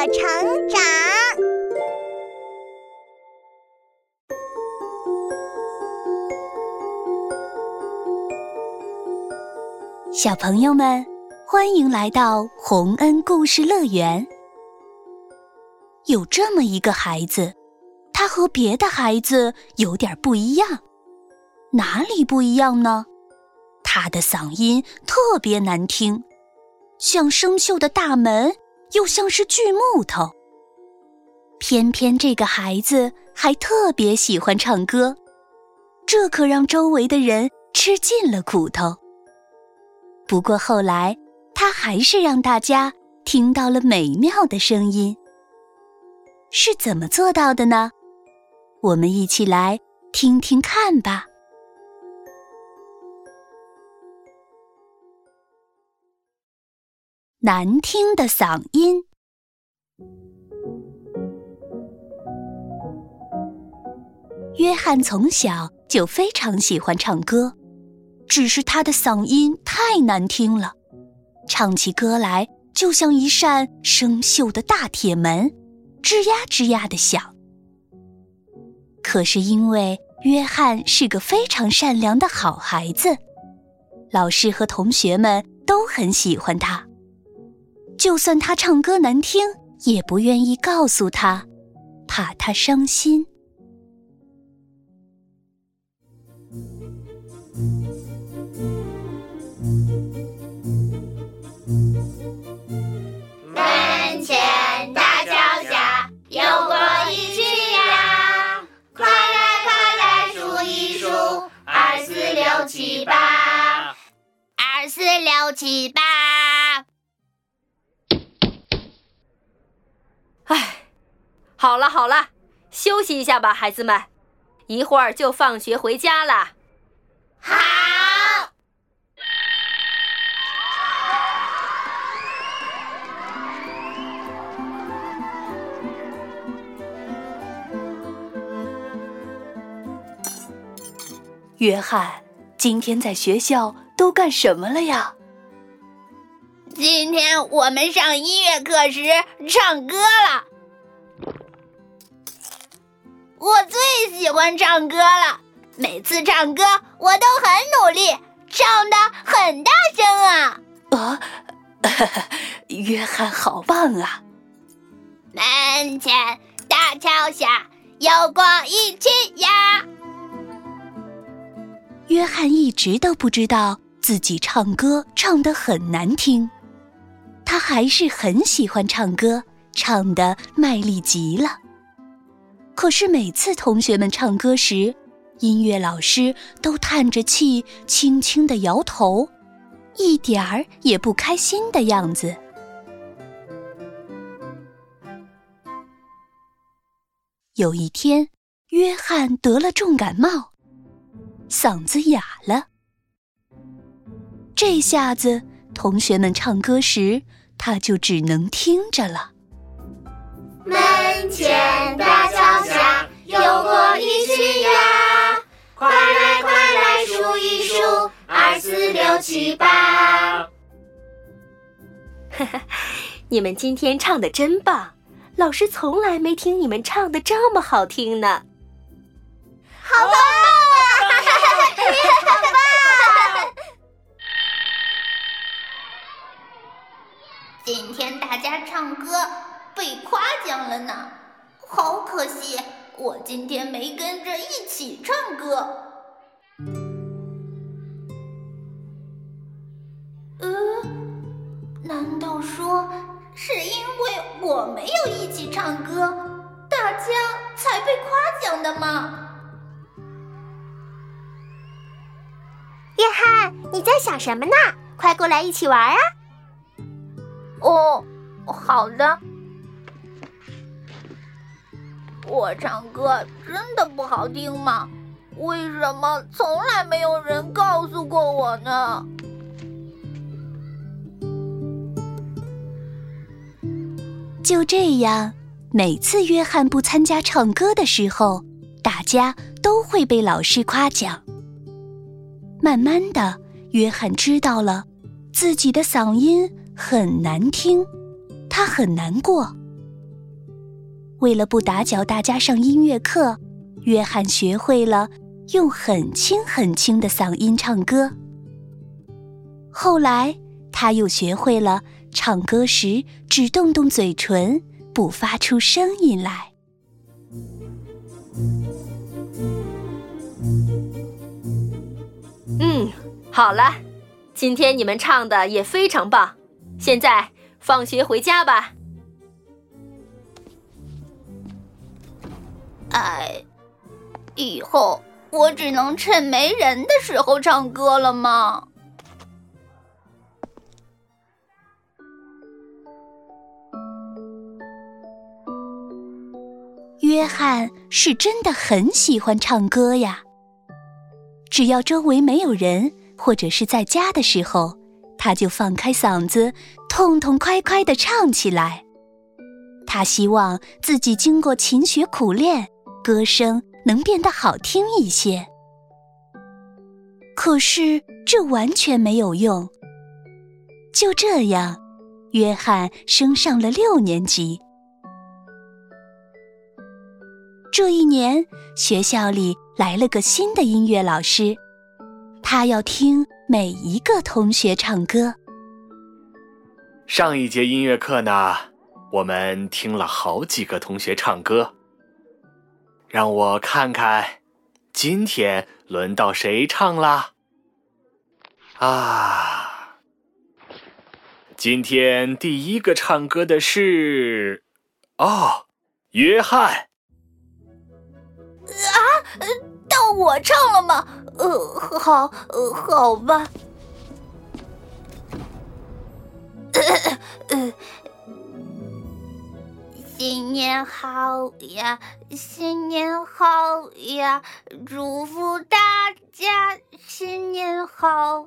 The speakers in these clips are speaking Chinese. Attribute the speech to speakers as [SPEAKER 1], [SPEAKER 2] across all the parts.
[SPEAKER 1] 成长。
[SPEAKER 2] 小朋友们，欢迎来到洪恩故事乐园。有这么一个孩子，他和别的孩子有点不一样。哪里不一样呢？他的嗓音特别难听，像生锈的大门，又像是锯木头。偏偏这个孩子还特别喜欢唱歌，这可让周围的人吃尽了苦头。不过后来，他还是让大家听到了美妙的声音。是怎么做到的呢？我们一起来听听看吧。难听的嗓音。约翰从小就非常喜欢唱歌，只是他的嗓音太难听了，唱起歌来就像一扇生锈的大铁门，吱呀吱呀地响。可是因为约翰是个非常善良的好孩子，老师和同学们都很喜欢他。就算他唱歌难听，也不愿意告诉他，怕他伤心。
[SPEAKER 3] 门前大桥下，有过一群羊，快来快来数一数，2、4、6、7、8，2、4、6、7、8。
[SPEAKER 4] 好了好了，休息一下吧，孩子们，一会儿就放学回家了。
[SPEAKER 3] 好。
[SPEAKER 2] 约翰，今天在学校都干什么了呀？
[SPEAKER 3] 今天我们上音乐课时唱歌了。我最喜欢唱歌了，每次唱歌我都很努力，唱得很大声啊！
[SPEAKER 2] 约翰好棒啊！
[SPEAKER 3] 门前大桥下，有过一群羊。
[SPEAKER 2] 约翰一直都不知道自己唱歌唱得很难听，他还是很喜欢唱歌，唱得卖力极了。可是每次同学们唱歌时，音乐老师都叹着气，轻轻地摇头，一点儿也不开心的样子。有一天，约翰得了重感冒，嗓子哑了。这下子，同学们唱歌时，他就只能听着了。
[SPEAKER 3] 门前大桥下，有过一群羊，快来快来数一数，2、4、6、7、8。
[SPEAKER 4] 你们今天唱得真棒，老师从来没听你们唱得这么好听呢。
[SPEAKER 3] 好棒啊！好棒！今天大家唱歌被夸奖了呢，好可惜，我今天没跟着一起唱歌。难道说是因为我没有一起唱歌，大家才被夸奖的吗？
[SPEAKER 1] 约翰，你在想什么呢？快过来一起玩啊！
[SPEAKER 3] 哦，好的。我唱歌真的不好听吗？为什么从来没有人告诉过我呢？
[SPEAKER 2] 就这样，每次约翰不参加唱歌的时候，大家都会被老师夸奖。慢慢的，约翰知道了自己的嗓音很难听，他很难过， 为了不打搅大家上音乐课，约翰学会了用很轻很轻的嗓音唱歌。后来，他又学会了唱歌时只动动嘴唇，不发出声音来。
[SPEAKER 4] 好了，今天你们唱的也非常棒，现在放学回家吧。
[SPEAKER 3] 以后我只能趁没人的时候唱歌了吗？
[SPEAKER 2] 约翰是真的很喜欢唱歌呀。只要周围没有人，或者是在家的时候，他就放开嗓子，痛痛快快地唱起来。他希望自己经过勤学苦练，歌声能变得好听一些。可是这完全没有用。就这样，约翰升上了6年级。这一年，学校里来了个新的音乐老师，他要听每一个同学唱歌。
[SPEAKER 5] 上一节音乐课呢，我们听了好几个同学唱歌。让我看看，今天轮到谁唱啦？今天第一个唱歌的是……约翰。
[SPEAKER 3] 到我唱了吗？好吧。新年好呀，新年好呀，祝福大家新年好。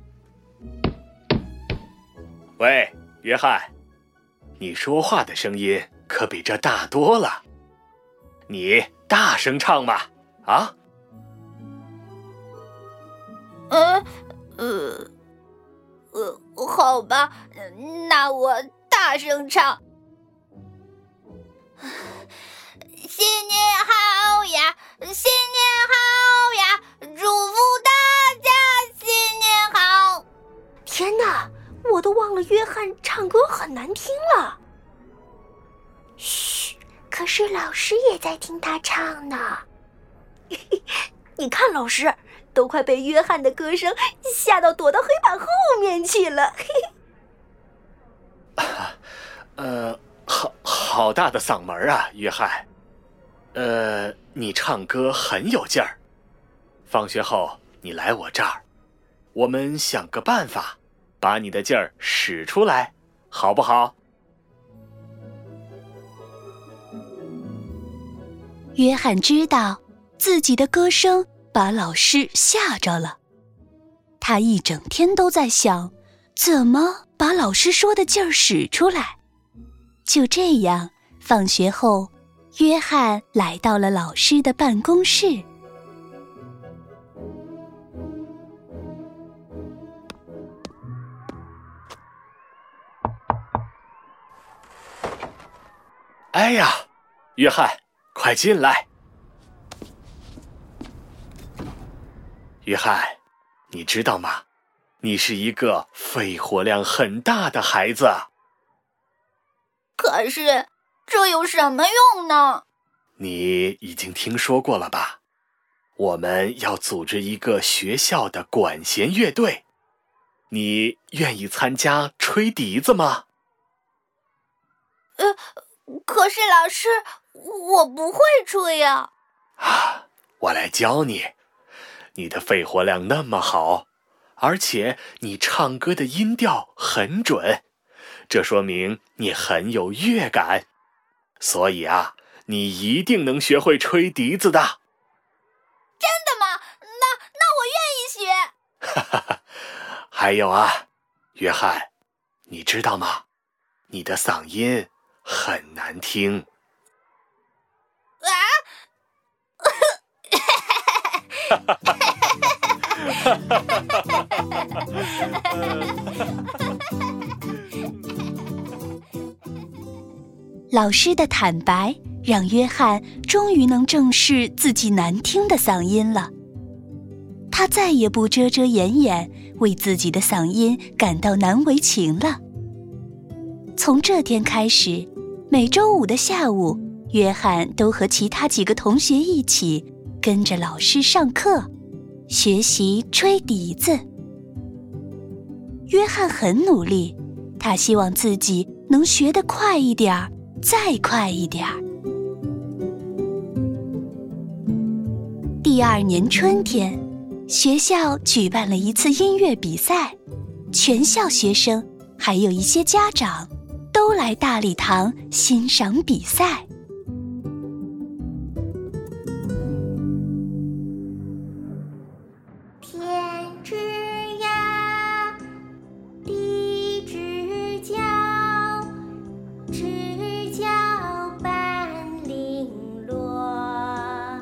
[SPEAKER 5] 喂，约翰，你说话的声音可比这大多了，你大声唱嘛，啊？
[SPEAKER 3] 好吧，那我大声唱。新年好呀，新年好呀，祝福大家新年好。
[SPEAKER 1] 天哪，我都忘了约翰唱歌很难听了。嘘，可是老师也在听他唱呢。你看老师都快被约翰的歌声吓到躲到黑板后面去了。
[SPEAKER 5] 好大的嗓门啊，约翰。你唱歌很有劲儿。放学后你来我这儿，我们想个办法，把你的劲儿使出来，好不好？
[SPEAKER 2] 约翰知道自己的歌声把老师吓着了，他一整天都在想，怎么把老师说的劲儿使出来。就这样，放学后，约翰来到了老师的办公室。
[SPEAKER 5] 哎呀，约翰，快进来。约翰，你知道吗？你是一个肺活量很大的孩子。
[SPEAKER 3] 可是，这有什么用呢？
[SPEAKER 5] 你已经听说过了吧？我们要组织一个学校的管弦乐队，你愿意参加吹笛子吗？
[SPEAKER 3] 可是老师，我不会吹呀。
[SPEAKER 5] 我来教你。你的肺活量那么好，而且你唱歌的音调很准，这说明你很有乐感。所以啊，你一定能学会吹笛子的。
[SPEAKER 3] 真的吗？那我愿意学。
[SPEAKER 5] 还有啊，约翰，你知道吗？你的嗓音很难听。
[SPEAKER 2] 老师的坦白让约翰终于能正视自己难听的嗓音了。他再也不遮遮掩掩，为自己的嗓音感到难为情了。从这天开始，每周五的下午，约翰都和其他几个同学一起跟着老师上课，学习吹笛子。约翰很努力，他希望自己能学得快一点儿，再快一点儿。第二年春天，学校举办了一次音乐比赛，全校学生还有一些家长都来大礼堂欣赏比赛。
[SPEAKER 3] 天之涯，地之角，知交半零落。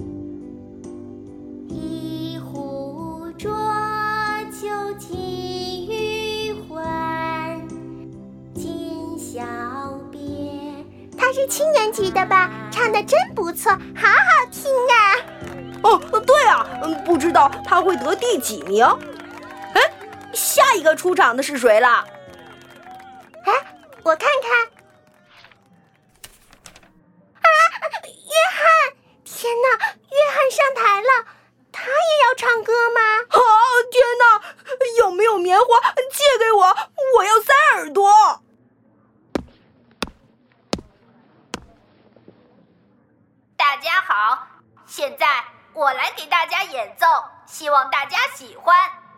[SPEAKER 3] 一壶浊酒尽余欢，今宵别。他是7年级的吧？唱得真不错，好好听啊！
[SPEAKER 1] 哦，对啊，不知道他会得第几名。哎，下一个出场的是谁啦？
[SPEAKER 3] 哎，我看看。啊，约翰！天哪，约翰上台了，他也要唱歌吗？
[SPEAKER 1] 啊，天哪，有没有棉花借给我？我要塞耳朵。
[SPEAKER 4] 大家好，现在我来给大家演奏，希望大家喜欢。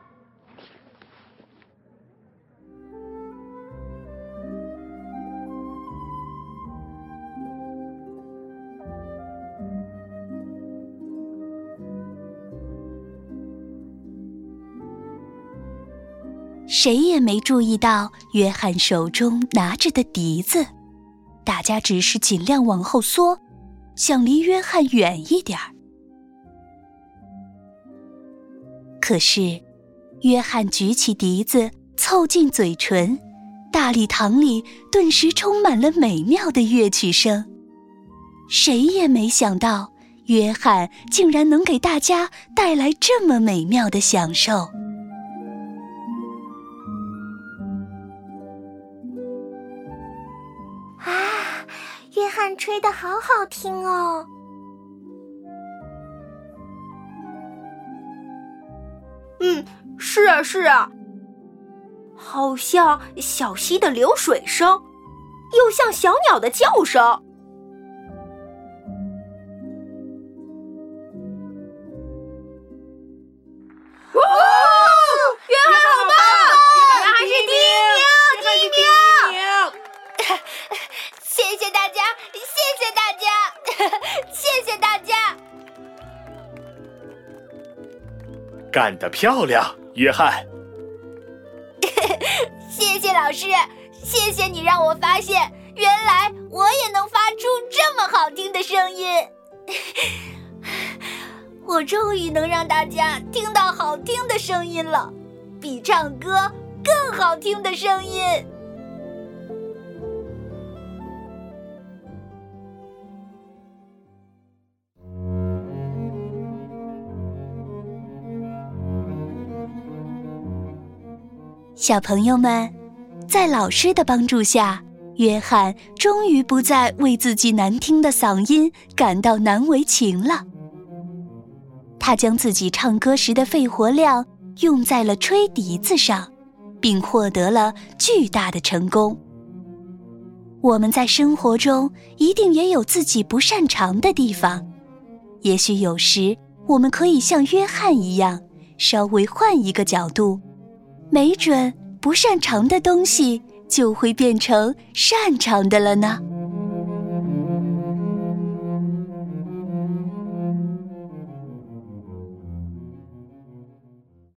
[SPEAKER 2] 谁也没注意到约翰手中拿着的笛子，大家只是尽量往后缩，想离约翰远一点儿。可是，约翰举起笛子，凑近嘴唇，大礼堂里顿时充满了美妙的乐曲声。谁也没想到，约翰竟然能给大家带来这么美妙的享受。
[SPEAKER 3] 啊，约翰吹得好好听哦。
[SPEAKER 1] 是啊是啊，好像小溪的流水声，又像小鸟的叫声。哦，约翰好棒！约翰是第一名！
[SPEAKER 4] 谢谢大家，谢谢大家，谢谢大家！
[SPEAKER 5] 干得漂亮，约翰！
[SPEAKER 4] 谢谢老师，谢谢你让我发现，原来我也能发出这么好听的声音。我终于能让大家听到好听的声音了，比唱歌更好听的声音。
[SPEAKER 2] 小朋友们，在老师的帮助下，约翰终于不再为自己难听的嗓音感到难为情了。他将自己唱歌时的肺活量用在了吹笛子上，并获得了巨大的成功。我们在生活中一定也有自己不擅长的地方，也许有时我们可以像约翰一样，稍微换一个角度，没准不擅长的东西就会变成擅长的了呢。